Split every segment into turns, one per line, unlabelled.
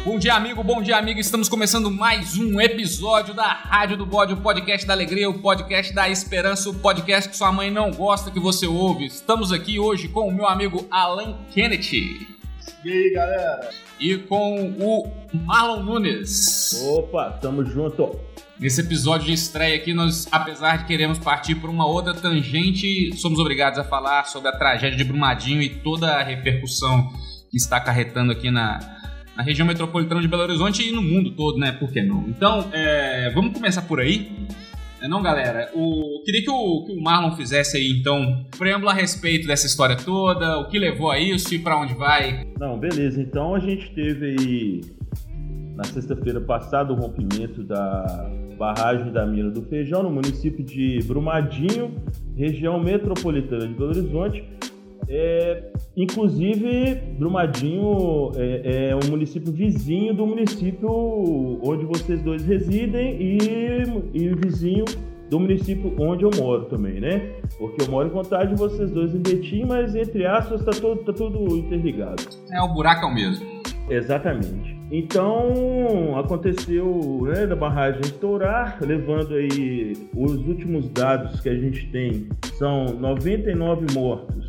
Bom dia, amigo. Estamos começando mais um episódio da Rádio do Bode, o podcast da alegria, o podcast da esperança, o podcast que sua mãe não gosta que você ouve. Estamos aqui hoje com o meu amigo Alan Kennedy.
E aí, galera?
E com o Marlon Nunes.
Opa, tamo junto.
Nesse episódio de estreia aqui, nós, apesar de queremos partir por uma outra tangente, somos obrigados a falar sobre a tragédia de Brumadinho e toda a repercussão que está acarretando aqui na região metropolitana de Belo Horizonte e no mundo todo, né? Por que não? Então, vamos começar por aí. Não, galera? Queria que o Marlon fizesse aí, então, um preâmbulo a respeito dessa história toda, o que levou a isso e para onde vai.
Não, beleza. Então, a gente teve aí, na sexta-feira passada, o rompimento da barragem da Mina do Feijão, no município de Brumadinho, região metropolitana de Belo Horizonte. Inclusive, Brumadinho é um município vizinho do município onde vocês dois residem e vizinho do município onde eu moro também, né? Porque eu moro em Contagem, vocês dois em Betim, mas entre aspas tá tudo interligado.
O buraco é o mesmo.
Exatamente. Então, aconteceu, né, da barragem estourar, levando aí os últimos dados que a gente tem, são 99 mortos.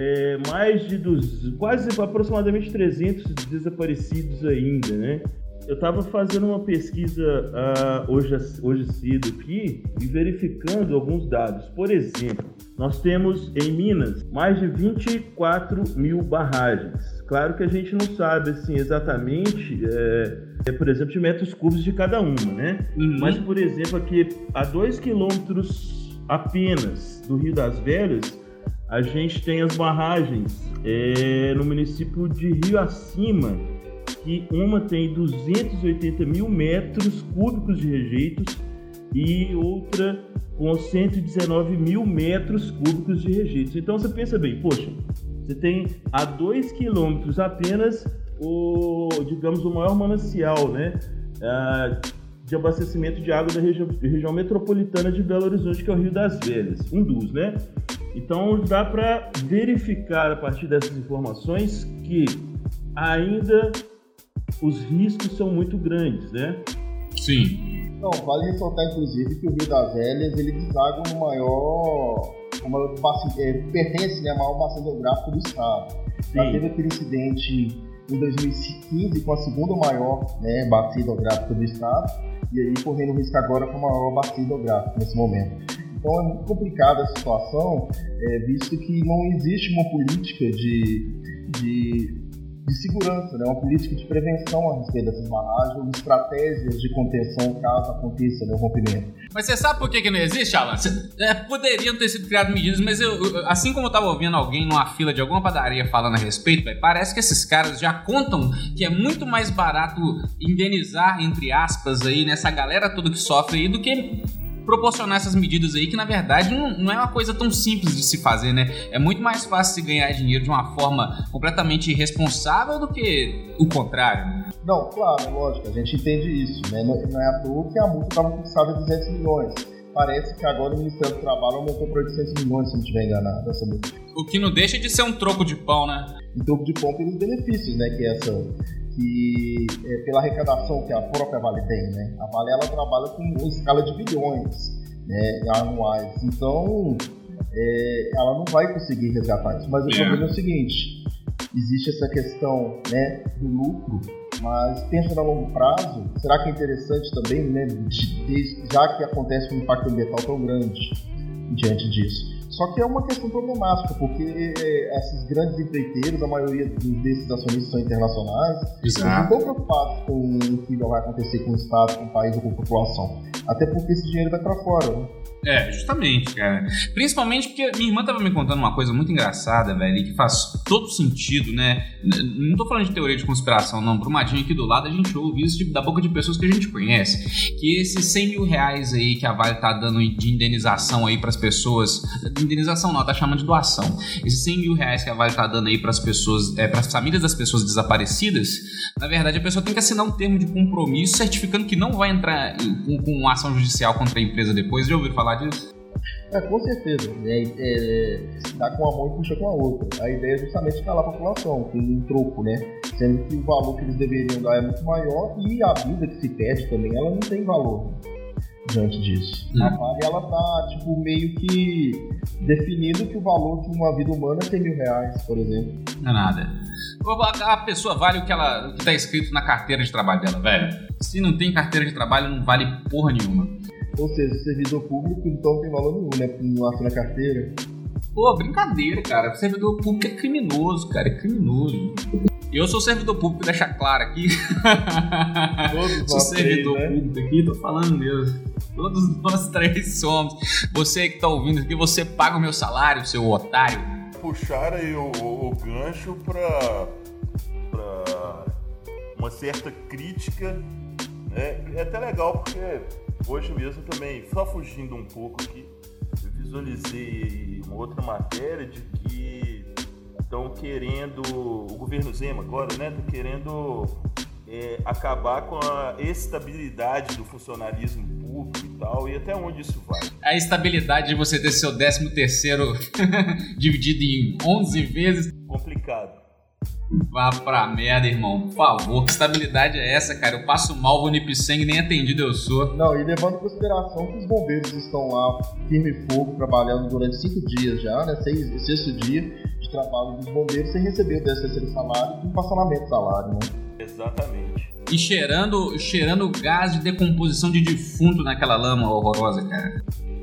Quase aproximadamente 300 desaparecidos ainda, né? Eu estava fazendo uma pesquisa hoje cedo aqui e verificando alguns dados. Por exemplo, nós temos em Minas mais de 24 mil barragens. Claro que a gente não sabe assim, exatamente, por exemplo, de metros cúbicos de cada uma, né? Uhum. Mas, por exemplo, aqui a 2 quilômetros apenas do Rio das Velhas, a gente tem as barragens no município de Rio Acima, que uma tem 280 mil metros cúbicos de rejeitos e outra com 119 mil metros cúbicos de rejeitos. Então você pensa bem, poxa, você tem a 2 quilômetros apenas o maior manancial, né, de abastecimento de água da região metropolitana de Belo Horizonte, que é o Rio das Velhas, um dos, né? Então dá para verificar a partir dessas informações que ainda os riscos são muito grandes, né?
Sim.
Não, vale ressaltar inclusive que o Rio das Velhas ele deságua pertence ao maior bacia hidrográfico do estado. Já teve aquele incidente em 2015 com a segunda maior, né, bacia hidrográfica do estado, e aí correndo risco agora com a maior bacia hidrográfica nesse momento. Então é muito complicada a situação, visto que não existe uma política de segurança, né? Uma política de prevenção a respeito dessas barragens, estratégias de contenção caso aconteça o rompimento.
Mas você sabe por que não existe, Alan? Poderiam ter sido criadas medidas, mas assim como eu estava ouvindo alguém numa fila de alguma padaria falando a respeito, parece que esses caras já contam que é muito mais barato indenizar, entre aspas, aí, nessa galera toda que sofre aí, do que proporcionar essas medidas aí, que na verdade não é uma coisa tão simples de se fazer, né? É muito mais fácil se ganhar dinheiro de uma forma completamente irresponsável do que o contrário.
Não, claro, lógico, a gente entende isso, né? Não é à toa que a multa estava fixada em 200 milhões. Parece que agora o Ministério do Trabalho aumentou para 800 milhões, se não estiver enganado, essa multa.
O que não deixa de ser um troco de pão, né?
Um troco de pão pelos benefícios, né? Pela arrecadação que a própria Vale tem, né? A Vale ela trabalha com uma escala de bilhões, né, anuais, então ela não vai conseguir resgatar isso. Mas o problema é o seguinte: existe essa questão, né, do lucro, mas pensando a longo prazo, será que é interessante também, né, já que acontece um impacto ambiental tão grande diante disso? Só que é uma questão problemática, porque esses grandes empreiteiros, a maioria desses acionistas são internacionais, eles não estão preocupados com o que vai acontecer com o Estado, com o país ou com a população. Até porque esse dinheiro vai para fora, né?
Justamente, cara. Principalmente porque minha irmã tava me contando uma coisa muito engraçada, velho, e que faz todo sentido, né? Não tô falando de teoria de conspiração, não. Brumadinho aqui do lado, a gente ouve isso da boca de pessoas que a gente conhece. Que esses 100 mil reais aí que a Vale tá dando de indenização aí pras pessoas... Indenização não, tá chamando de doação. Esses 100 mil reais que a Vale tá dando aí pras pessoas... pras famílias das pessoas desaparecidas, na verdade a pessoa tem que assinar um termo de compromisso certificando que não vai entrar com uma ação judicial contra a empresa depois. Já ouviram falar disso?
Com certeza. Dá com uma mão e puxa com a outra. A ideia é justamente calar a população, com um troco, né? sendo que o valor que eles deveriam dar é muito maior e a vida que se perde também, ela não tem valor diante disso. A Vale, ela tá, tipo, meio que definindo que o valor de uma vida humana é R$100.000, por exemplo.
Não é nada. A pessoa vale o que tá escrito na carteira de trabalho dela, velho. Se não tem carteira de trabalho, não vale porra nenhuma.
Ou seja, o servidor público então não tem valor nenhum, né? Porque não assina carteira.
Pô, brincadeira, cara. O servidor público é criminoso, cara. É criminoso. Eu sou servidor público, deixa claro aqui.
Todos
sou servidor
três, né?
público aqui, tô falando mesmo. Todos nós três somos. Você que tá ouvindo aqui, você paga o meu salário, seu otário.
Puxar aí o gancho pra uma certa crítica, né? É até legal porque hoje mesmo também, só fugindo um pouco aqui, eu visualizei uma outra matéria de que estão querendo, o governo Zema agora, né, tá querendo acabar com a estabilidade do funcionalismo público e tal, e até onde isso vai.
A estabilidade de você ter seu 13º dividido em 11 vezes.
Complicado.
Vá pra merda, irmão, por favor. Que estabilidade é essa, cara? Eu passo mal, vou nip sangue, nem atendido eu sou.
Não, e levando em consideração que os bombeiros estão lá firme e fogo, trabalhando durante 5 dias já, né? Sexto dia de trabalho dos bombeiros, sem receber o 13º salário e um parcelamento de salário, né?
Exatamente.
E cheirando gás de decomposição de defunto naquela lama horrorosa, cara.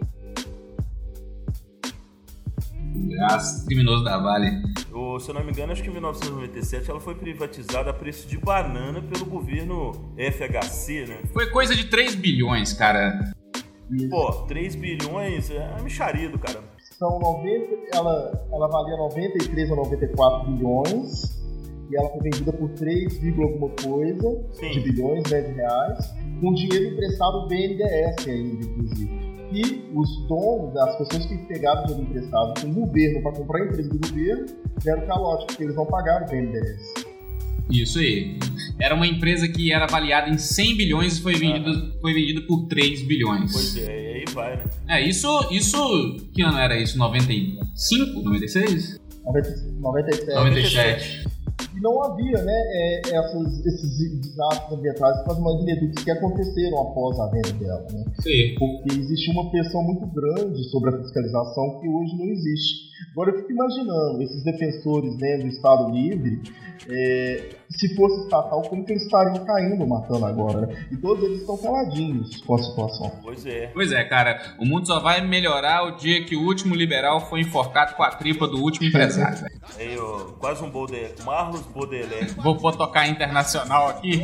Gás criminoso da Vale.
Se eu não me engano, acho que em 1997 ela foi privatizada a preço de banana pelo governo FHC, né?
Foi coisa de 3 bilhões, cara.
Pô, 3 bilhões é mixarido, cara.
São 90, ela valia 93 a 94 bilhões e ela foi vendida por 3, alguma coisa de bilhões, né, de reais, com dinheiro emprestado do BNDES ainda, inclusive. E os donos, as pessoas que pegaram o dinheiro emprestado com o governo para comprar a empresa do governo, deram calote, porque eles não pagaram o BNDES.
Isso aí. Era uma empresa que era avaliada em 100 bilhões e foi vendida por 3 bilhões.
Pois é, aí vai, né?
Isso... Que ano era isso? 95? 96?
97.
97.
E não havia, né, esses desastres ambientais com as magnitudes que aconteceram após a venda dela, né?
Sim.
Porque existe uma pressão muito grande sobre a fiscalização que hoje não existe. Agora eu fico imaginando esses defensores, né, do Estado Livre, se fosse estatal, como que eles estariam caindo, matando agora, né? E todos eles estão caladinhos com a situação.
Pois é.
Pois é, cara. O mundo só vai melhorar o dia que o último liberal foi enforcado com a tripa do último empresário.
Aí, quase um Marlos Baudelaire.
Vou tocar internacional aqui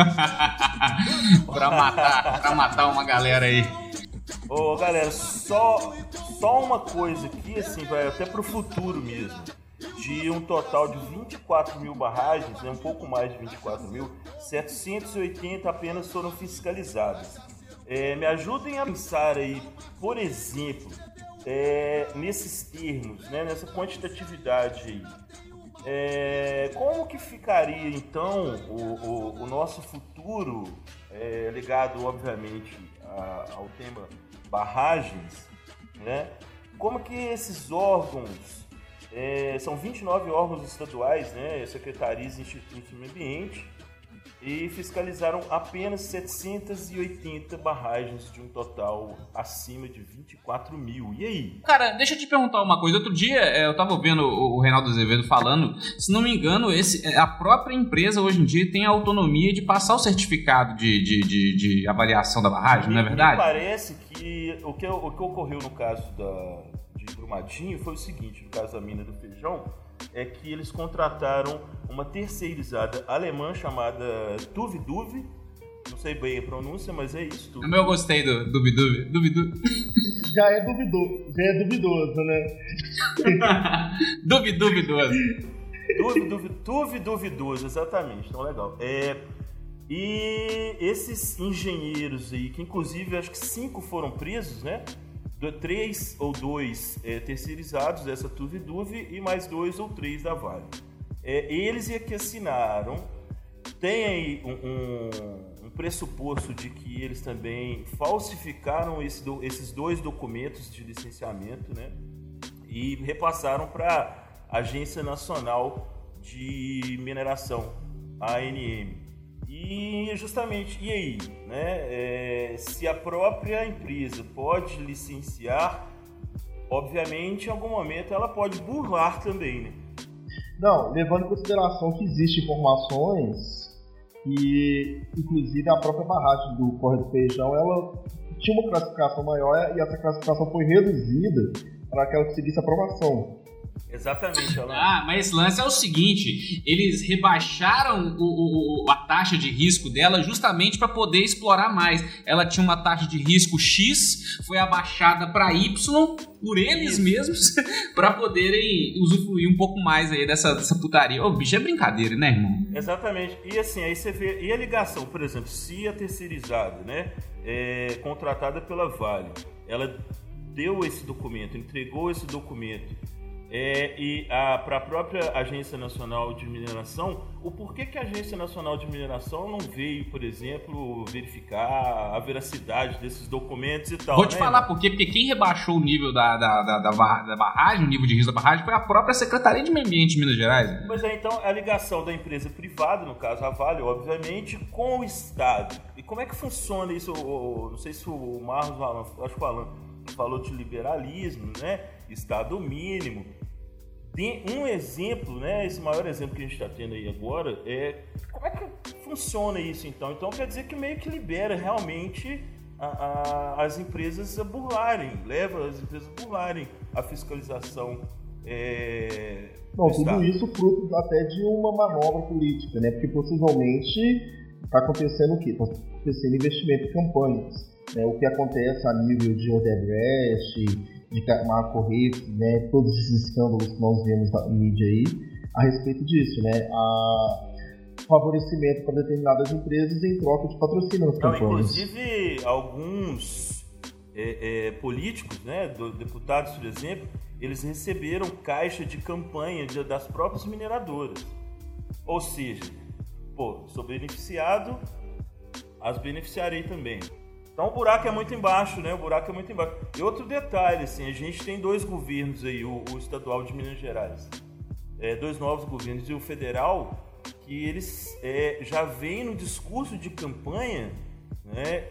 pra matar uma galera aí.
Ô, galera, só uma coisa aqui, assim, vai até pro futuro mesmo. De um total de 24 mil barragens, né, um pouco mais de 24 mil, 780 apenas foram fiscalizadas. Me ajudem a pensar aí, por exemplo, nesses termos, né, nessa quantitatividade aí. Como que ficaria, então, o nosso futuro, ligado, obviamente, ao tema barragens, né? Como que esses órgãos, são 29 órgãos estaduais, né, secretarias e institutos do meio ambiente, e fiscalizaram apenas 780 barragens de um total acima de 24 mil. E aí?
Cara, deixa eu te perguntar uma coisa. Outro dia eu tava ouvindo o Reinaldo Azevedo falando, se não me engano, a própria empresa hoje em dia tem a autonomia de passar o certificado de avaliação da barragem, não é verdade?
Me parece que o que ocorreu no caso de Brumadinho foi o seguinte, no caso da mina do Feijão, é que eles contrataram uma terceirizada alemã chamada Tuve-Duve. Não sei bem a pronúncia, mas é isso.
Tuve. Eu gostei do Duve-Duve.
Já é duvidoso, né?
Duvidoso.
Tuve-Duvidoso, exatamente. Então, legal. E esses engenheiros aí, que inclusive acho que 5 foram presos, né? 3 ou 2 terceirizados dessa Tuve-Duve e mais 2 ou 3 da Vale. Eles é que assinaram. Tem aí um pressuposto de que eles também falsificaram esses 2 documentos de licenciamento, né? E repassaram para a Agência Nacional de Mineração, ANM. E justamente, e aí, né? Se a própria empresa pode licenciar, obviamente, em algum momento ela pode burlar também, né?
Não, levando em consideração que existem informações que, inclusive, a própria barragem do Córrego do Feijão, ela tinha uma classificação maior e essa classificação foi reduzida para que ela conseguisse aprovação.
Exatamente, Alan.
Mas esse lance é o seguinte, eles rebaixaram a taxa de risco dela justamente para poder explorar mais. Ela tinha uma taxa de risco X, foi abaixada para Y por eles mesmos para poderem usufruir um pouco mais aí dessa putaria. Ô, bicho, é brincadeira, né, irmão?
Exatamente. E assim, aí você vê, e a ligação, por exemplo, se a terceirizada, né, contratada pela Vale, ela deu esse documento, entregou esse documento, e para a própria Agência Nacional de Mineração, o porquê que a Agência Nacional de Mineração não veio, por exemplo, verificar a veracidade desses documentos e tal?
Vou te falar por quê, porque quem rebaixou o nível da barragem, o nível de risco da barragem, foi a própria Secretaria de Meio Ambiente de Minas Gerais.
Pois é, então a ligação da empresa privada, no caso a Vale, obviamente, com o Estado. E como é que funciona isso? Não sei se o Marlos, acho que o Alan falou de liberalismo, né? Estado mínimo. Um exemplo, né? Esse maior exemplo que a gente está tendo aí agora como é que funciona isso então? Então quer dizer que meio que libera realmente as empresas a burlarem, leva as empresas a burlarem a fiscalização.
Não, tudo isso fruto até de uma manobra política, né? Porque possivelmente está acontecendo o quê? Está acontecendo investimento em campanhas. O que acontece a nível de Odebrecht, de Marco Reis, né, todos esses escândalos que nós vemos na mídia aí, a respeito disso, né, favorecimento para determinadas empresas em troca de patrocínio nas campanhas.
Inclusive, alguns políticos, né, deputados, por exemplo, eles receberam caixa de campanha das próprias mineradoras. Ou seja, sou beneficiado, as beneficiarei também. Então o buraco é muito embaixo, né? E outro detalhe, assim, a gente tem dois governos aí, o estadual de Minas Gerais, dois novos governos, e o federal, que eles já vêm no discurso de campanha, né,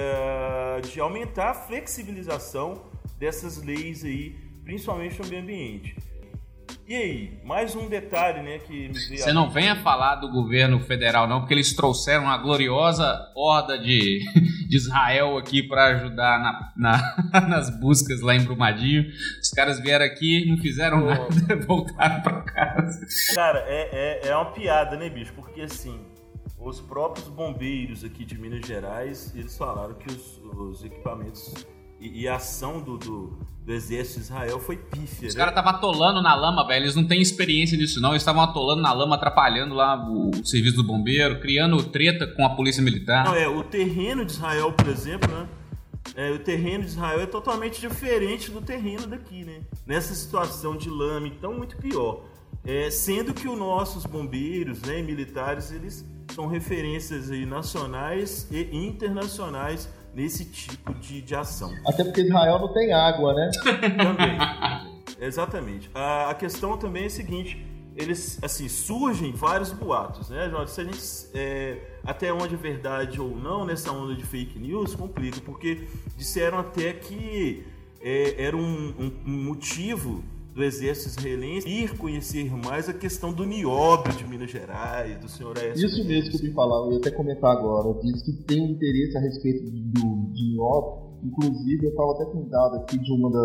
de aumentar a flexibilização dessas leis aí, principalmente no meio ambiente. E aí, mais um detalhe, né, que me veio.
Você não venha falar do governo federal, não, porque eles trouxeram uma gloriosa horda de Israel aqui para ajudar nas buscas lá em Brumadinho. Os caras vieram aqui, não fizeram nada, voltaram para casa.
Cara, é uma piada, né, bicho? Porque assim, os próprios bombeiros aqui de Minas Gerais, eles falaram que os equipamentos e a ação do exército de Israel foi pífia.
Os caras estavam atolando na lama, velho. Eles não têm experiência nisso, não. Eles estavam atolando na lama, atrapalhando lá o serviço do bombeiro, criando treta com a polícia militar.
Não, o terreno de Israel, por exemplo, né? O terreno de Israel é totalmente diferente do terreno daqui, né? Nessa situação de lama, então, muito pior. Sendo que os nossos bombeiros, né, militares, eles são referências aí nacionais e internacionais nesse tipo de ação.
Até porque Israel não tem água, né?
Também. Exatamente. A questão também é a seguinte, eles, assim, surgem vários boatos, né, Jorge? Se a gente, até onde é verdade ou não, nessa onda de fake news, complica, porque disseram até que era um motivo do exército israelense ir conhecer mais a questão do nióbio de Minas Gerais, do senhor Aécio.
Isso mesmo que eu vim falar, eu ia até comentar agora. Diz que tem um interesse a respeito de nióbio. Inclusive, eu estava até com um dado aqui de uma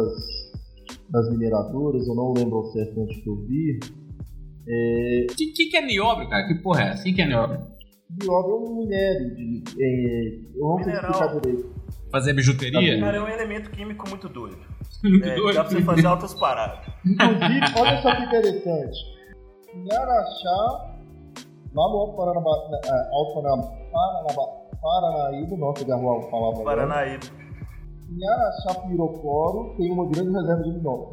das mineradoras, eu não lembro ao certo onde que eu vi.
O que é nióbio, cara? Que porra é essa? O que é nióbio?
Nióbio é um minério. Eu não sei explicar direito.
Fazer bijuteria?
Cara, é um elemento químico muito doido.
Muito doido.
Dá pra você fazer altas paradas.
Inclusive, olha só que interessante. Em Araxá, lá no Alto Paranaíba, nossa, agarrou a palavra.
Paranaíba.
Em Araxá, Pirocoro, tem uma grande reserva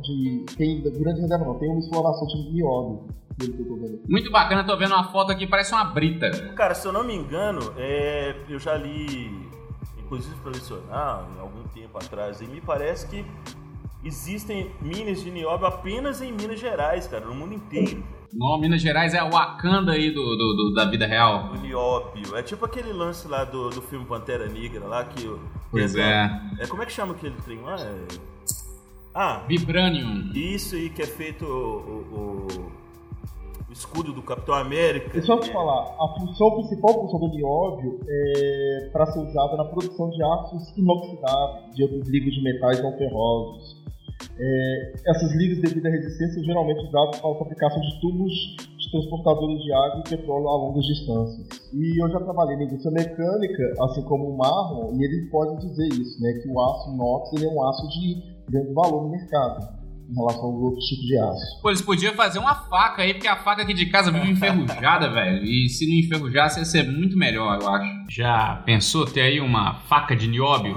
tem uma exploração de nióbio.
Muito bacana, tô vendo uma foto aqui, parece uma brita.
Cara, se eu não me engano, eu já li, inclusive para lecionar, algum tempo atrás, e me parece que existem minas de nióbio apenas em Minas Gerais, cara, no mundo inteiro.
Não, Minas Gerais é o Wakanda aí da vida real.
O nióbio. É tipo aquele lance lá do filme Pantera Negra, lá que...
Pois é.
Como é que chama aquele trem lá?
Vibranium.
Isso aí que é feito o escudo do Capitão América.
Deixa eu te falar, a principal função do nióbio é para ser usada na produção de aços inoxidáveis, de outros ligas de metais não ferrosos. Essas ligas, devido à resistência, são geralmente usadas para a fabricação de tubos de transportadores de água e petróleo a longas distâncias. E eu já trabalhei na indústria mecânica, assim como o Marlon, e ele pode dizer isso, né, que o aço inox ele é um aço de grande valor no mercado em relação aos outros tipos de aço.
Pô, eles podiam fazer uma faca aí, porque a faca aqui de casa vive enferrujada, velho. E se não enferrujasse, ia ser muito melhor, eu acho. Já pensou ter aí uma faca de nióbio?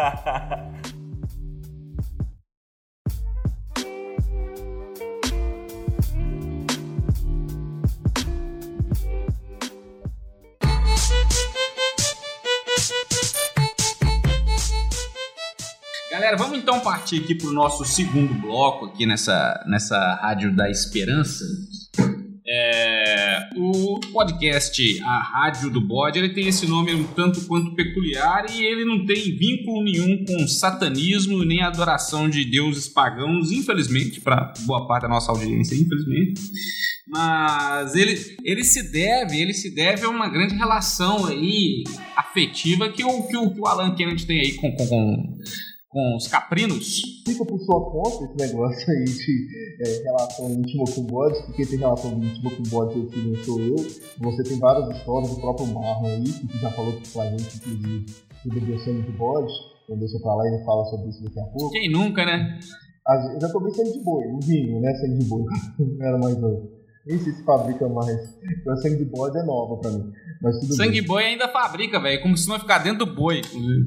Galera, vamos então partir aqui pro nosso segundo bloco aqui nessa Rádio da Esperança. O podcast, a Rádio do Bode, ele tem esse nome um tanto quanto peculiar e ele não tem vínculo nenhum com satanismo nem adoração de deuses pagãos, infelizmente, para boa parte da nossa audiência, infelizmente. Mas ele se deve a uma grande relação aí afetiva que o Alan Kennedy tem aí com os caprinos.
Fica por sua conta esse negócio aí de relação íntima com bodes, porque quem tem relação íntima com bodes aqui não sou eu. Você tem várias histórias do próprio Marlon aí, que já falou pra gente, inclusive, sobre o sangue de bode. Então deixa pra lá e ele fala sobre isso daqui a pouco.
Quem nunca, né?
Eu já tomei sangue de boi, um vinho, né? Sangue de boi, não era mais novo. Nem sei se fabrica mais. Então, sangue de bode é nova pra mim. Mas tudo
sangue
bem.
de boi ainda fabrica, velho. Como se não ficar dentro do boi, inclusive.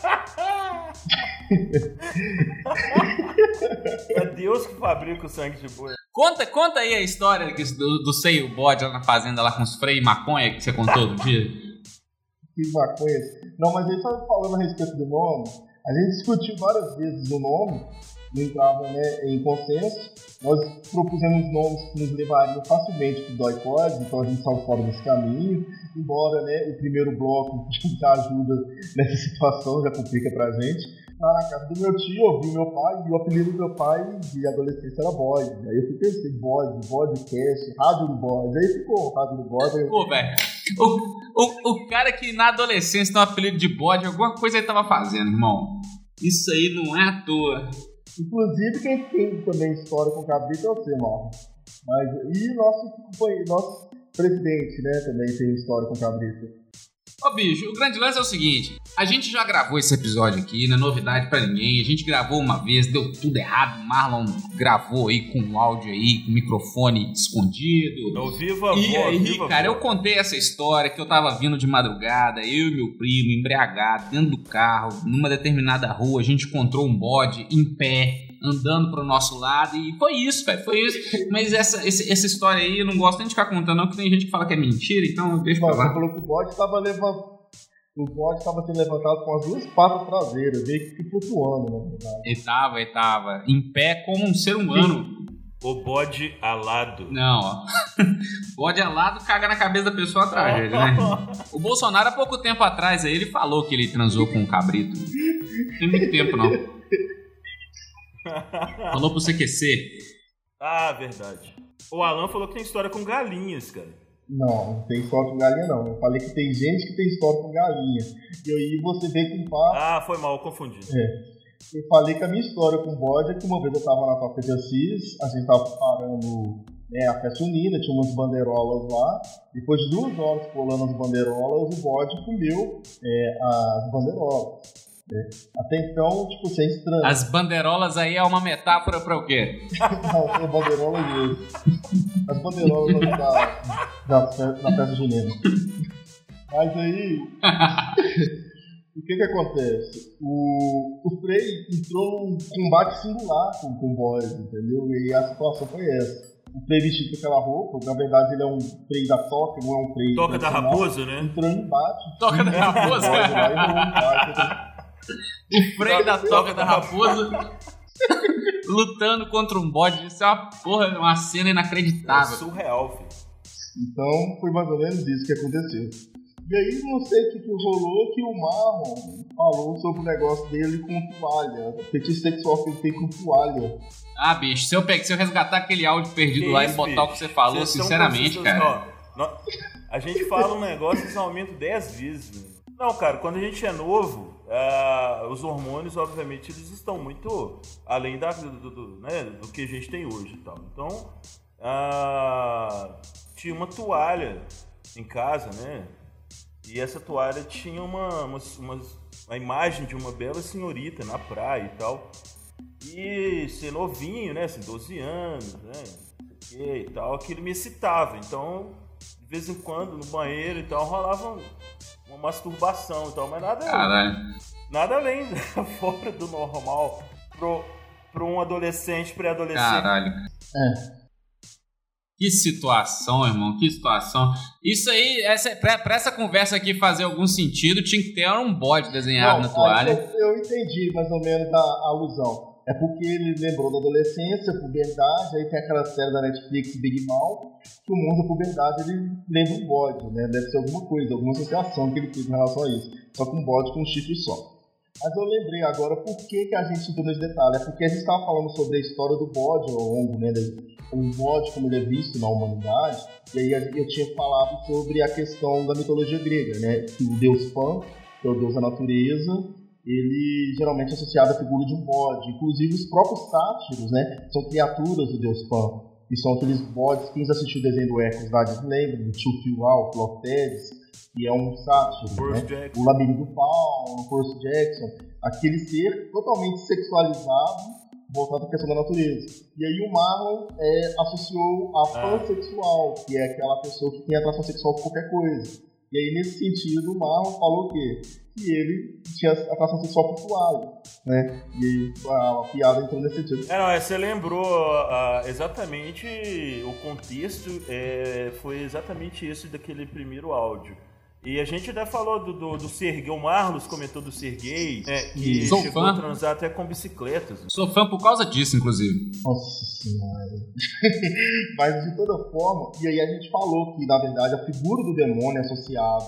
É Deus que fabrica o sangue de boi.
Conta aí a história do seio bode lá na fazenda, lá com os freio e maconha que você contou do dia.
Que maconha. Não, mas aí só falando a respeito do nome, a gente discutiu várias vezes o nome, não entrava, né, em consenso. Nós propusemos nomes que nos levariam facilmente para o DOI-CODE, então a gente saiu fora desse caminho, embora, né, o primeiro bloco já ajuda nessa situação, já complica pra gente. Lá na casa do meu tio, eu vi meu pai, e o apelido do meu pai de adolescência era Bode. Aí eu fiquei assim, Bodcast, Rádio do Bode. Aí ficou, Rádio do Bode.
Pô, velho, o cara que na adolescência tem um apelido de bode, alguma coisa ele tava fazendo, irmão. Isso aí não é à toa.
Inclusive, quem tem também história com cabrito é você, Marlon. E nosso presidente, né, também tem história com cabrito.
Ô, bicho, o grande lance é o seguinte, a gente já gravou esse episódio aqui, não é novidade pra ninguém, a gente gravou uma vez, deu tudo errado, o Marlon gravou aí com o áudio aí, com o microfone escondido.
Ao vivo a
E aí,
viva
cara,
voz.
eu contei essa história que eu tava vindo de madrugada, eu e meu primo, embriagado, dentro do carro, numa determinada rua, a gente encontrou um bode em pé, andando pro nosso lado, e foi isso, velho, foi isso. Mas essa história aí, eu não gosto nem de ficar contando, não, que tem gente que fala que é mentira, então deixa pra lá.
Você falou que o bode estava sendo levantado com as duas patas traseiras, meio que flutuando, na verdade.
Ele tava em pé como um ser humano.
O bode alado.
Não, ó. Bode alado caga na cabeça da pessoa atrás, gente, né? O Bolsonaro, há pouco tempo atrás, aí, ele falou que ele transou com um cabrito. Não tem muito tempo, não. Falou pro CQC.
Ah, verdade. O Alan falou que tem história com galinhas, cara.
Não tem história com galinha, não. Eu falei que tem gente que tem história com galinha. E aí você veio com papo.
Ah, foi mal, eu confundi.
Eu falei que a minha história com bode é que uma vez eu tava na Toca de Assis, a gente tava parando, né, a festa unida, tinha umas bandeirolas lá. Depois de 2 horas pulando as bandeirolas, o bode comeu as bandeirolas. Até então, tipo, isso é estranho.
As bandeirolas aí é uma metáfora pra o quê?
Não, são bandeirolas mesmo. As bandeirolas da festa junina. Mas aí, o que acontece? O Frei entrou num combate singular com o Boris, entendeu? E a situação foi essa. O Frei vestido com aquela roupa, na verdade ele é um Frei da Toca, não é um Frei...
Toca da Raposa, né?
Entrou em embate.
Toca da Raposa? O freio da Toca da Raposa. Lutando contra um bode. Isso é uma cena inacreditável.
É surreal, filho.
Então, foi mais ou menos isso que aconteceu. E aí, não sei o que rolou, que o Marlon falou sobre o negócio dele com toalha. O fetiche sexual que ele tem com toalha.
Ah, bicho, se eu resgatar aquele áudio perdido lá e botar bicho? O que você falou, sinceramente, cara.
A gente fala um negócio e eles aumentam 10 vezes, velho. Não, cara, quando a gente é novo, os hormônios, obviamente, eles estão muito além do que a gente tem hoje e tal. Então, tinha uma toalha em casa, né? E essa toalha tinha uma imagem de uma bela senhorita na praia e tal. E ser novinho, né? Assim, 12 anos, né? E tal, aquilo me excitava. Então, de vez em quando, no banheiro e tal, rolava uma masturbação e tal, mas nada além, fora do normal pro um adolescente, pré-adolescente.
Caralho. Que situação, irmão, que situação. Isso aí, pra essa conversa aqui fazer algum sentido, tinha que ter um bode desenhado na toalha.
Eu entendi mais ou menos a alusão. É porque ele lembrou da adolescência, puberdade, aí tem aquela série da Netflix, Big Mouth, que o mundo da puberdade, ele lembra um bode, né? Deve ser alguma coisa, alguma associação que ele fez em relação a isso. Só com um bode com um chifre só. Mas eu lembrei agora por que a gente entrou nesse detalhe. É porque a gente estava falando sobre a história do bode ao longo, né? O bode como ele é visto na humanidade. E aí eu tinha falado sobre a questão da mitologia grega, né? Que o deus Pan, que é o deus da natureza, ele geralmente é associado à figura de um bode. Inclusive os próprios sátiros, né? São criaturas do deus Pan. Que são aqueles bodes, quem já assistiu o desenho do Eccles lá, lembra do tio Phil Wall, Clotedes, que é um sátiro, né? O Labirinto do Fauno, o Percy Jackson, aquele ser totalmente sexualizado, voltado à questão da natureza. E aí o Marlon associou a pansexual, que é aquela pessoa que tem atração sexual por qualquer coisa. E aí, nesse sentido, o Marlon falou o quê? Que ele tinha atração sexual por toalha, né? E aí a piada entrou nesse sentido.
Você lembrou exatamente o contexto, foi exatamente esse daquele primeiro áudio. E a gente até falou do Serguei, o Marlos comentou do Serguei, que
Sou
chegou
fã.
a transar até com bicicletas.
Sou fã por causa disso, inclusive.
Nossa senhora. Mas de toda forma, e aí a gente falou que na verdade a figura do demônio é associada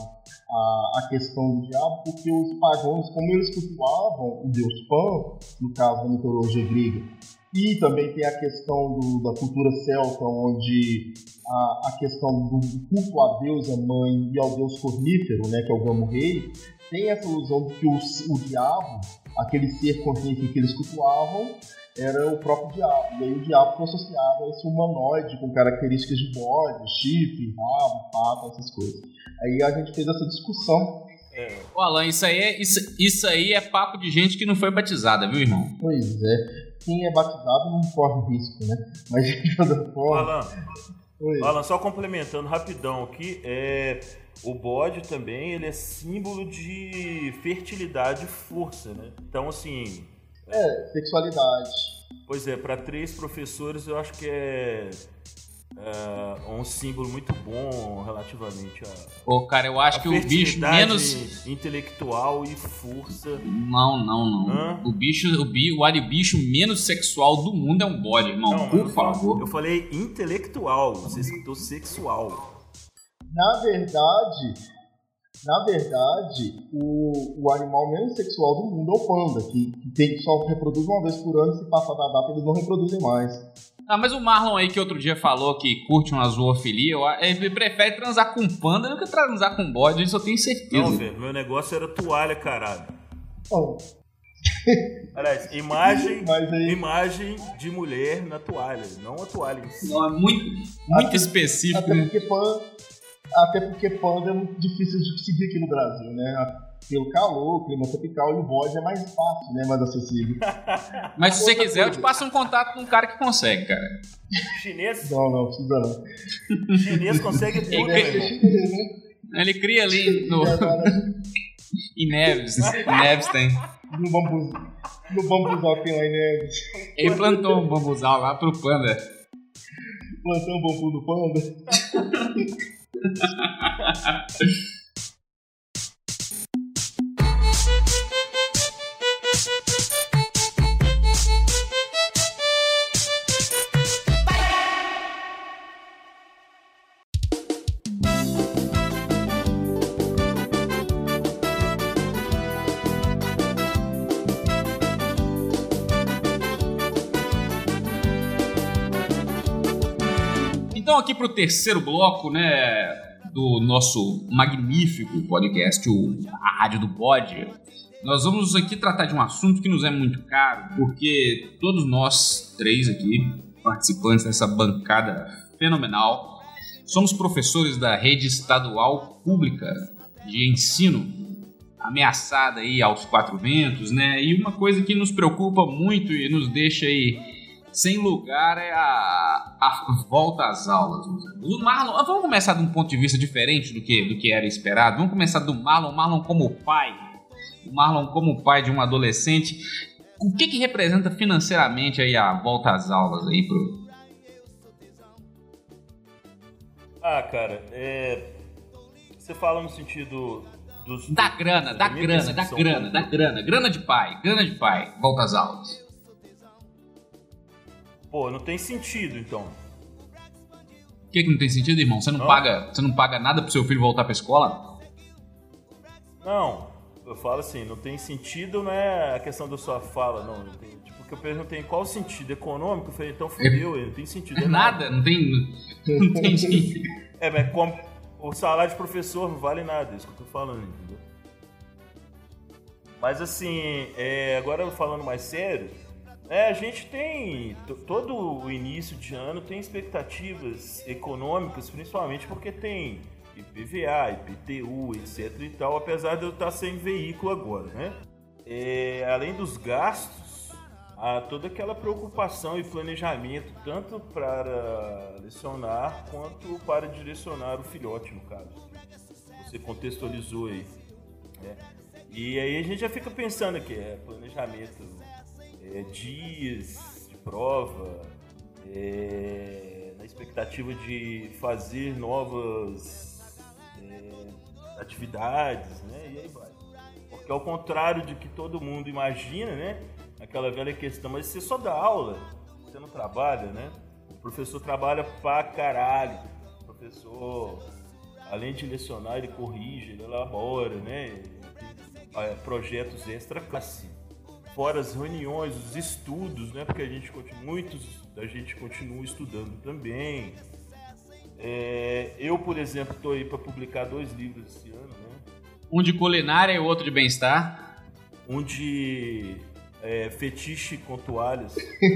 à questão do diabo, porque os pagãos, como eles cultuavam o deus Pan, no caso da mitologia grega, e também tem a questão da cultura celta, onde a questão do culto à deusa mãe e ao deus cornífero, né, que é o Gamo-Rei, tem essa ilusão de que o diabo, aquele ser cornífero que eles cultuavam, era o próprio diabo. E aí o diabo foi associado a esse humanoide com características de bode, chifre, rabo, pato, essas coisas. Aí a gente fez essa discussão.
Ô Alan, isso aí é papo de gente que não foi batizada, viu, irmão?
Pois é. Quem é batizado não corre risco, né? Mas de toda forma...
Alan, só complementando rapidão aqui, o bode também, ele é símbolo de fertilidade e força, né? Então, assim...
sexualidade.
Pois é, para 3 professores eu acho que é um símbolo muito bom relativamente a...
Pô, cara, eu acho que o bicho menos...
intelectual e força...
Não. O aribicho menos sexual do mundo é um bode, irmão.
Não,
por favor.
Eu falei intelectual, você escutou sexual.
Na verdade, o animal menos sexual do mundo é o panda, que só reproduz uma vez por ano e se passar da data eles não reproduzem mais.
Ah, mas o Marlon aí que outro dia falou que curte uma zoofilia, ele prefere transar com panda do que transar com bode, isso eu tenho certeza.
Não, velho, meu negócio era toalha, caralho.
Oh.
Aliás, imagem de mulher na toalha, não a toalha em si.
Não, é muito específico.
Até porque panda é muito difícil de conseguir aqui no Brasil, né? Pelo calor, clima tropical, e o bode é mais fácil, né? Mais acessível.
Mas se você quiser, eu te passo um contato com um cara que consegue, cara.
Chinês?
Não, precisa não.
Chinês consegue tudo, meu irmão.
Ele cria ali em Neves. Em Neves tem.
No bambuzal tem lá em Neves.
Ele plantou um bambuzal lá pro panda.
Plantou um bambu do panda?
Então aqui pro terceiro bloco, né, do nosso magnífico podcast, a Rádio do Bode, nós vamos aqui tratar de um assunto que nos é muito caro, porque todos nós três aqui, participantes dessa bancada fenomenal, somos professores da rede estadual pública de ensino, ameaçada aí aos quatro ventos, né? E uma coisa que nos preocupa muito e nos deixa aí sem lugar é a volta às aulas. O Marlon, vamos começar de um ponto de vista diferente do que era esperado. Vamos começar do Marlon como pai. O Marlon como pai de um adolescente. O que representa financeiramente aí a volta às aulas aí pro...
Cara, você fala no sentido dos...
Da grana de pai, volta às aulas.
Pô, não tem sentido, então.
O que não tem sentido, irmão? Você não paga nada pro seu filho voltar pra escola?
Não, eu falo assim, não tem sentido, não é a questão da sua fala, não. Porque eu perguntei qual o sentido econômico, eu falei, então fudeu, não tem sentido.
É nada, não tem sentido.
Mas como o salário de professor não vale nada, é isso que eu tô falando, entendeu? Mas assim, agora falando mais sério, a gente tem, todo o início de ano tem expectativas econômicas, principalmente porque tem IPVA, IPTU, etc e tal, apesar de eu estar sem veículo agora, né? Além dos gastos, há toda aquela preocupação e planejamento, tanto para lecionar quanto para direcionar o filhote, no caso. Você contextualizou aí, né? E aí a gente já fica pensando aqui, planejamento... dias de prova, na expectativa de fazer novas atividades, né? E aí vai. Porque ao contrário de que todo mundo imagina, né? Aquela velha questão, mas você só dá aula, você não trabalha, né? O professor trabalha pra caralho. O professor, além de lecionar, ele corrige, ele elabora, né? Projetos extra-classe. Fora as reuniões, os estudos, né? Porque muitos da gente continua estudando também. Eu, por exemplo, estou aí para publicar 2 livros esse ano, né?
Um de culinária e o outro de bem-estar.
Um de fetiche com toalhas.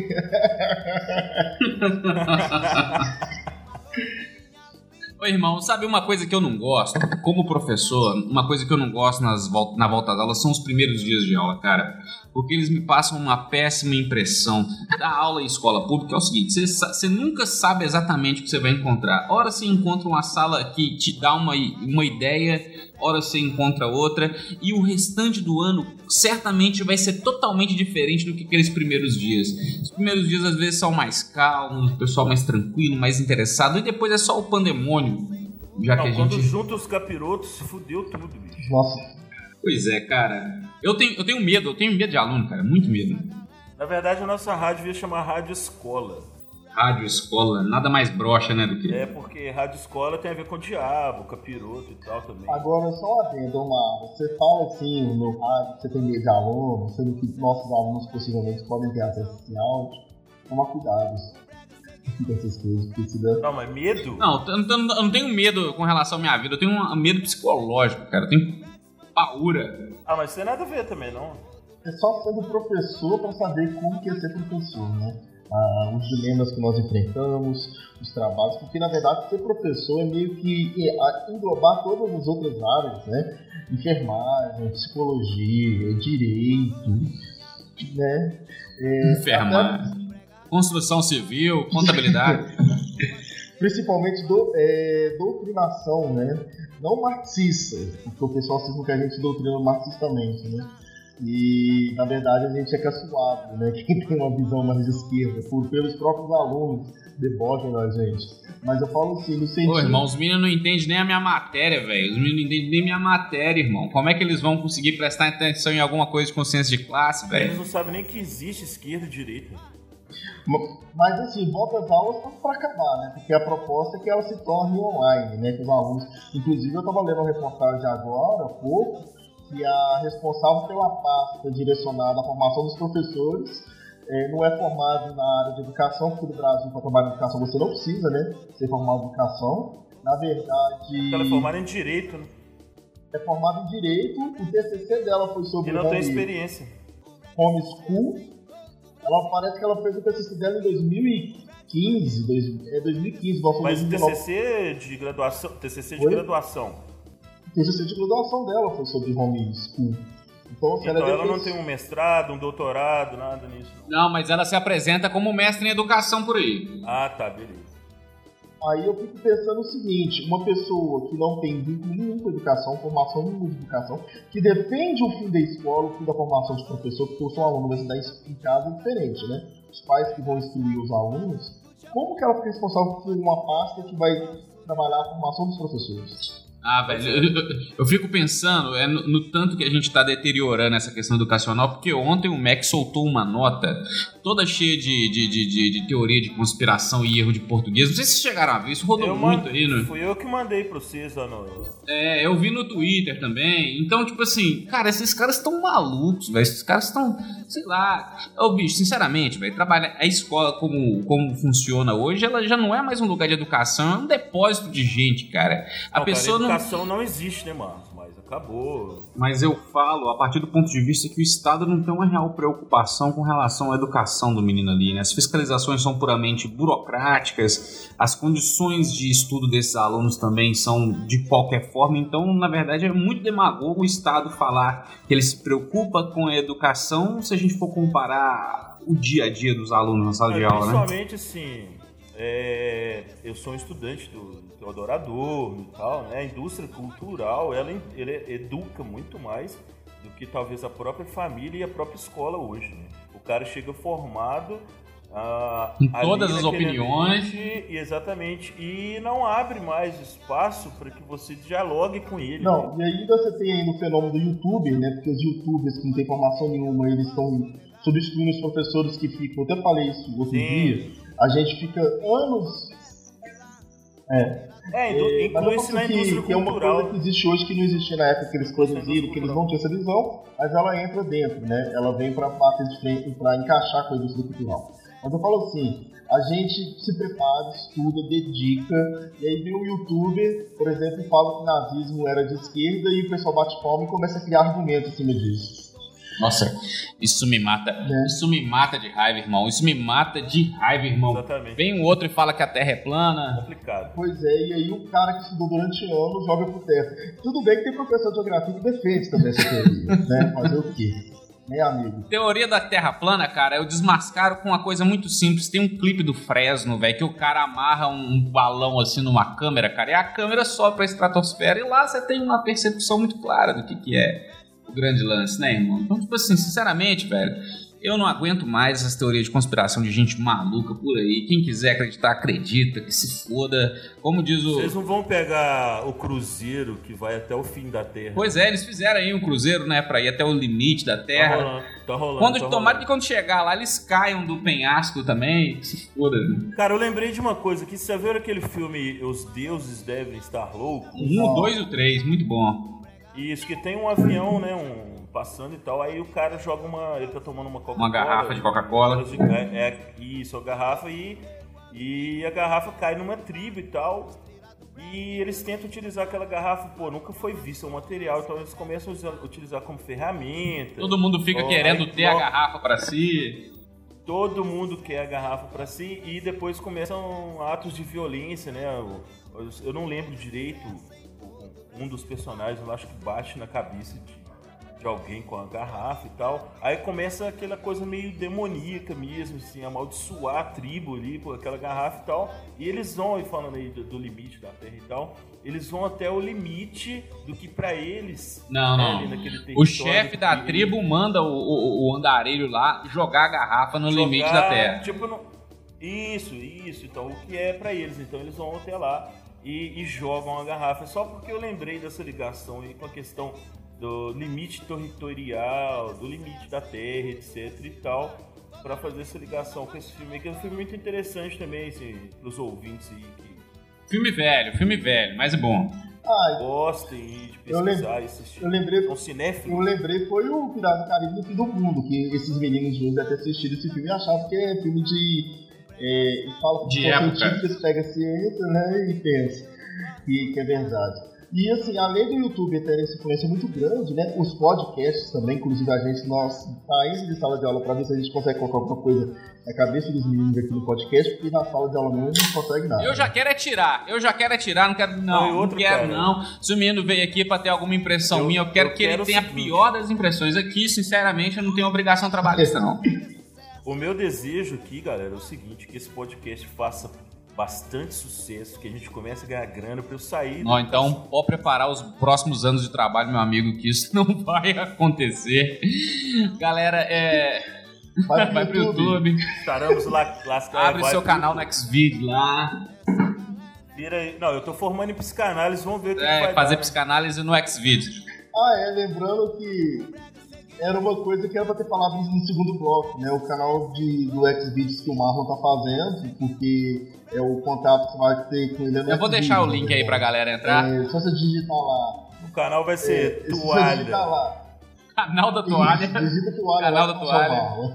Ô irmão, sabe uma coisa que eu não gosto? Como professor, uma coisa que eu não gosto na volta das aulas são os primeiros dias de aula, cara. Porque eles me passam uma péssima impressão. Da aula em escola pública é o seguinte, você nunca sabe exatamente o que você vai encontrar. Ora você encontra uma sala que te dá uma ideia, ora você encontra outra, e o restante do ano certamente vai ser totalmente diferente do que aqueles primeiros dias. Os primeiros dias às vezes são mais calmos, o pessoal mais tranquilo, mais interessado, e depois é só o pandemônio.
Quando junta os capirotos, fudeu tudo, bicho.
Nossa.
Pois é, cara. Eu tenho medo de aluno, cara, muito medo.
Na verdade, a nossa rádio devia chamar Rádio Escola.
Rádio Escola, nada mais broxa, né, do que...
Porque Rádio Escola tem a ver com o diabo, capiroto e tal também.
Agora, só um adendo, Omar. Você fala assim no rádio que você tem medo de aluno, sendo que nossos alunos possivelmente podem ter acesso a esse áudio. Toma cuidado com essas coisas. Porque se der...
Não, mas medo?
Não, eu não tenho medo com relação à minha vida, eu tenho um medo psicológico, cara. Eu tenho paura.
Mas isso tem nada a ver também, não?
É só sendo professor para saber como que é ser professor, né? Os dilemas que nós enfrentamos, os trabalhos, porque na verdade ser professor é meio que englobar todas as outras áreas, né? Enfermagem, psicologia, direito, né?
Enfermagem, construção civil, contabilidade.
Principalmente doutrinação, né? Não marxista, porque o pessoal cisma que a gente doutrina marxistamente, né? E, na verdade, a gente é caçoado, né? Quem tem uma visão mais de esquerda, pelos próprios alunos debocham da gente. Mas eu falo assim, no sentido...
Ô, irmão, os meninos não entendem nem a minha matéria, velho. Os meninos não entendem nem minha matéria, irmão. Como é que eles vão conseguir prestar atenção em alguma coisa de consciência de classe, velho?
Eles não sabem nem que existe esquerda e direita.
Mas assim, volta às aulas para acabar, né? Porque a proposta é que ela se torne online, né? Que os alunos... Inclusive, eu estava lendo uma reportagem agora, há pouco, que a responsável pela pasta direcionada à formação dos professores não é formado na área de educação, porque no Brasil, para trabalhar em educação, você não precisa, né, ser formado em educação. Na verdade...
Ela é formada em Direito, né?
É formada em Direito, o TCC dela foi sobre...
E não tem experiência.
Homeschool. Ela parece que ela fez o TCC dela em 2015. 2015,
mas o TCC de graduação... TCC de graduação.
O TCC de graduação dela foi sobre homeschool. Então
ela não tem um mestrado, um doutorado, nada nisso.
Não, mas ela se apresenta como mestre em educação por aí.
Ah, tá, beleza.
Aí eu fico pensando o seguinte, uma pessoa que não tem vínculo nenhum com educação, formação nenhuma de educação, que defende o fim da escola, o fim da formação de professor, porque eu sou aluno, mas da em casa é diferente, né? Os pais que vão instruir os alunos, como que ela fica responsável por uma pasta que vai trabalhar a formação dos professores?
Ah, velho, eu fico pensando no tanto que a gente tá deteriorando essa questão educacional, porque ontem o MEC soltou uma nota toda cheia de teoria de conspiração e erro de português. Não sei se vocês chegaram a ver, isso rodou muito aí, né?
Fui eu que mandei pra vocês lá no...
Eu vi no Twitter também. Então, tipo assim, cara, esses caras estão malucos, velho. Esses caras estão, sei lá... Ô, bicho, sinceramente, velho, trabalhar a escola como funciona hoje, ela já não é mais um lugar de educação, é um depósito de gente, cara. A pessoa
não... educação não existe, né, Marcos? Mas acabou.
Mas eu falo a partir do ponto de vista que o Estado não tem uma real preocupação com relação à educação do menino ali, né? As fiscalizações são puramente burocráticas, as condições de estudo desses alunos também são de qualquer forma, então, na verdade, é muito demagogo o Estado falar que ele se preocupa com a educação se a gente for comparar o dia a dia dos alunos na sala de aula, né?
Principalmente, assim, eu sou um estudante do Teodoro Adorno e tal, né? A indústria cultural, ele educa muito mais do que talvez a própria família e a própria escola hoje, né? O cara chega formado
em todas as opiniões.
Ambiente, exatamente, e não abre mais espaço para que você dialogue com ele.
Não,
né?
E aí você tem aí o fenômeno do youtuber, né? Porque os youtubers que não tem formação nenhuma, eles estão substituindo os professores que ficam, eu até falei isso outro dia, a gente fica anos...
inclui-se na indústria
que
cultural.
É uma coisa que existe hoje que não existia na época que eles produziram, que eles não tinham essa visão, mas ela entra dentro, né? Ela vem para bater de frente, para encaixar com a indústria cultural. Mas eu falo assim, a gente se prepara, estuda, dedica, e aí vem um youtuber, por exemplo, e fala que o nazismo era de esquerda e o pessoal bate palma e começa a criar argumentos em cima disso.
Nossa, isso me mata. Isso me mata de raiva, irmão. Isso me mata de raiva, irmão.
Exatamente.
Vem um outro e fala que a Terra é plana.
Complicado.
Pois é, e aí o cara que estudou durante anos joga pro teto. Tudo bem que tem professor de geografia que defende também essa teoria, né? Fazer o quê? Né, amigo?
Teoria da Terra plana, cara, eu desmascaro com uma coisa muito simples. Tem um clipe do Fresno, velho, que o cara amarra um balão assim numa câmera, cara, e a câmera sobe pra estratosfera e lá você tem uma percepção muito clara do que é o grande lance, né, irmão? Então, tipo assim, sinceramente, velho, eu não aguento mais essas teorias de conspiração de gente maluca por aí. Quem quiser acreditar, acredita, que se foda. Como diz o...
Vocês não vão pegar o cruzeiro que vai até o fim da Terra.
Pois é, eles fizeram aí um cruzeiro, né, pra ir até o limite da Terra.
Tá rolando.
Tomara que quando chegar lá, eles caiam do penhasco também, que se foda.
Cara, eu lembrei de uma coisa, que você viu aquele filme Os Deuses Devem Estar Loucos?
1, 2 e 3, muito bom.
Isso, que tem um avião, né, passando e tal, aí o cara joga ele tá tomando uma Coca-Cola.
Uma garrafa de Coca-Cola.
Isso, a garrafa e a garrafa cai numa tribo e tal, e eles tentam utilizar aquela garrafa, nunca foi visto o material, então eles começam a utilizar como ferramenta.
Todo mundo fica querendo ter a garrafa pra si.
Todo mundo quer a garrafa pra si e depois começam atos de violência, né, eu não lembro direito. Um dos personagens, eu acho que bate na cabeça de alguém com a garrafa e tal. Aí começa aquela coisa meio demoníaca mesmo, assim, amaldiçoar a tribo ali por aquela garrafa e tal. E eles vão, falando aí do limite da Terra e tal, eles vão até o limite do que pra eles...
Não.
Ali naquele território.
O chefe da tribo manda o andarilho lá jogar a garrafa no limite da Terra.
Isso. Então, o que é pra eles? Então, eles vão até lá e jogam a garrafa. Só porque eu lembrei dessa ligação aí com a questão do limite territorial, do limite da Terra, etc e tal, pra fazer essa ligação com esse filme, que é um filme muito interessante também, assim, pros ouvintes aí.
Filme velho, mas é bom.
gostem de pesquisar esse estilo.
Eu lembrei, foi o Pirata do Caribe do Fim do Mundo, que esses meninos juntos devem ter assistido esse filme e achavam que é filme fala
de época.
Científicos, pega a ciência, né, e pensa que é verdade. E assim, além do YouTube ter essa influência muito grande, né, os podcasts também, inclusive nós saímos de sala de aula para ver se a gente consegue colocar alguma coisa na cabeça dos meninos aqui no podcast, porque na sala de aula mesmo não consegue nada.
Eu já quero tirar, não quero não. Se o menino veio aqui para ter alguma impressão minha, eu quero que ele tenha a pior das impressões aqui, sinceramente, eu não tenho obrigação trabalhista, não.
O meu desejo aqui, galera, é o seguinte, que esse podcast faça bastante sucesso, que a gente comece a ganhar grana pra eu sair.
Não, então pode preparar os próximos anos de trabalho, meu amigo, que isso não vai acontecer. Galera, vai pro YouTube.
Estaremos lá.
Abre seu canal no Xvideo lá.
Não, eu tô formando em psicanálise, vamos ver o que
vai fazer dar, psicanálise no Xvideo.
Lembrando que era uma coisa que era pra ter falado no segundo bloco, né? O canal do Xvideos que o Marlon tá fazendo, porque é o contato que você vai ter com ele no
Eu vou deixar o link aí pra galera entrar.
Só você digitar lá.
O canal vai ser Toalha.
Se você digitar lá.
Canal da Toalha.
Digita Toalha.
Canal da Toalha.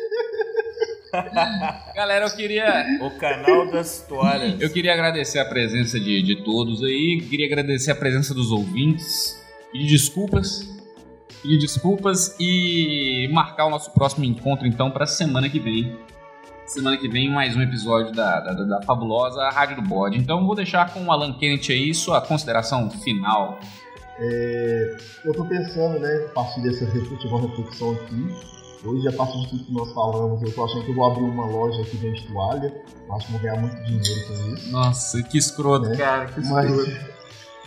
Galera, eu queria...
O canal das toalhas.
Eu queria agradecer a presença de todos aí. Queria agradecer a presença dos ouvintes. Pedir desculpas e marcar o nosso próximo encontro, então, para semana que vem. Semana que vem, mais um episódio da fabulosa Rádio do Bode. Então, vou deixar com o Alan Kenneth aí sua consideração final.
Eu tô pensando, né, a partir dessa reflexão aqui, hoje, a partir de tudo que nós falamos, eu tô achando que eu vou abrir uma loja que vende toalha. Eu acho que vou ganhar muito dinheiro com isso.
Nossa, que escroto, né? Cara, que escroto.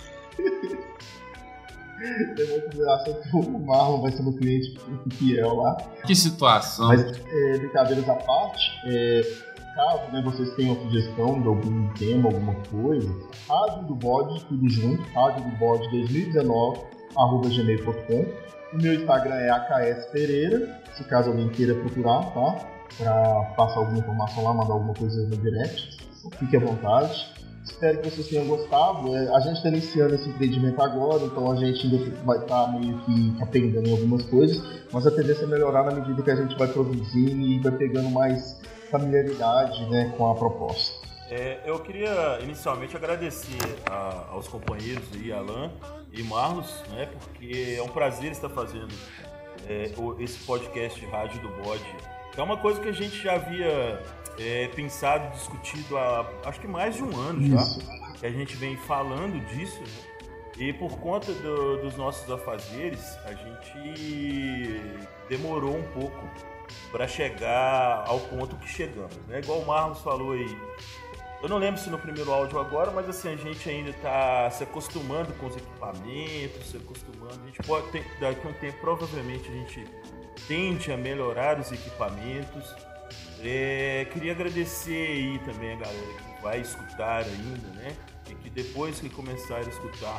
Eu vou considerar que o Marlon vai ser meu cliente fiel lá.
Que situação.
Mas, brincadeiras à parte, caso, né, vocês tenham sugestão de algum tema, alguma coisa, Rádio do Bode, tudo junto, Rádio do Bode 2019, @gmail.com. O meu Instagram é AKS Pereira, se caso alguém queira procurar, tá? Pra passar alguma informação lá, mandar alguma coisa no direct, fique à vontade. Espero que vocês tenham gostado. A gente está iniciando esse empreendimento agora, então a gente ainda vai estar meio que aprendendo em algumas coisas, mas a tendência é melhorar na medida que a gente vai produzindo e vai pegando mais familiaridade, né, com a proposta.
Eu queria inicialmente agradecer aos companheiros aí, Alan e Marlos, né, porque é um prazer estar fazendo esse podcast Rádio do Bode. É uma coisa que a gente já havia pensado e discutido há acho que mais de um ano já, que a gente vem falando disso, né? E por conta dos nossos afazeres, a gente demorou um pouco para chegar ao ponto que chegamos, né? Igual o Marlos falou aí, eu não lembro se no primeiro áudio agora, mas assim, a gente ainda está se acostumando com os equipamentos, a gente pode ter, daqui a um tempo provavelmente a gente tende a melhorar os equipamentos. Queria agradecer aí também a galera que vai escutar ainda, né? E que depois que começar a escutar,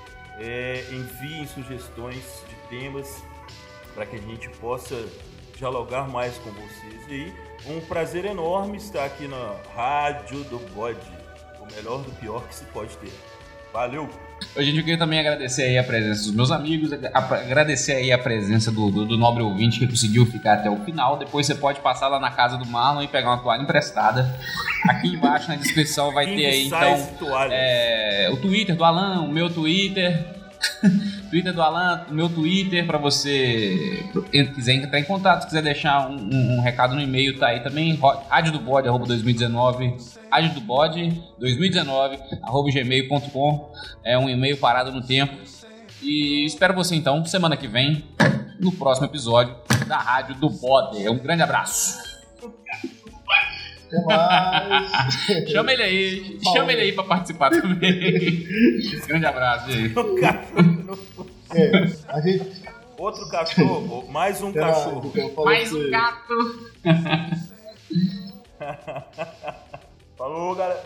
enviem sugestões de temas para que a gente possa dialogar mais com vocês. E um prazer enorme estar aqui na Rádio do Bode, o melhor do pior que se pode ter. Valeu!
Gente, eu queria também agradecer aí a presença dos meus amigos, agradecer aí a presença do nobre ouvinte que conseguiu ficar até o final. Depois você pode passar lá na casa do Marlon e pegar uma toalha emprestada. Aqui embaixo na descrição vai ter aí, então, o Twitter do Alan, o meu Twitter, Twitter do Alan, o meu Twitter, pra você quiser entrar em contato, se quiser deixar um recado no e-mail, tá aí também, radiodobode, @2019, radiodobode 2019, @gmail.com, é um e-mail parado no tempo. E espero você então, semana que vem, no próximo episódio da Rádio do Bode. Um grande abraço.
Até mais.
Chama ele aí pra participar também. Grande abraço, gente.
A gente...
Outro cachorro, mais um cachorro.
Mais um gato.
Falou, galera.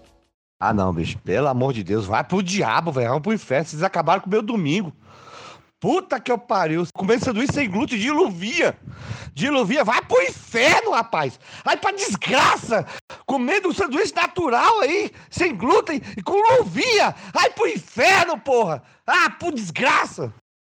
Ah, não, bicho. Pelo amor de Deus. Vai pro diabo, velho. Vamos pro inferno. Vocês acabaram com o meu domingo. Puta que eu pariu. Comendo sanduíche sem glúten de Luvia. Vai pro inferno, rapaz. Vai pra desgraça. Comendo um sanduíche natural aí, sem glúten e com Luvia. Vai pro inferno, porra. Ah, por desgraça.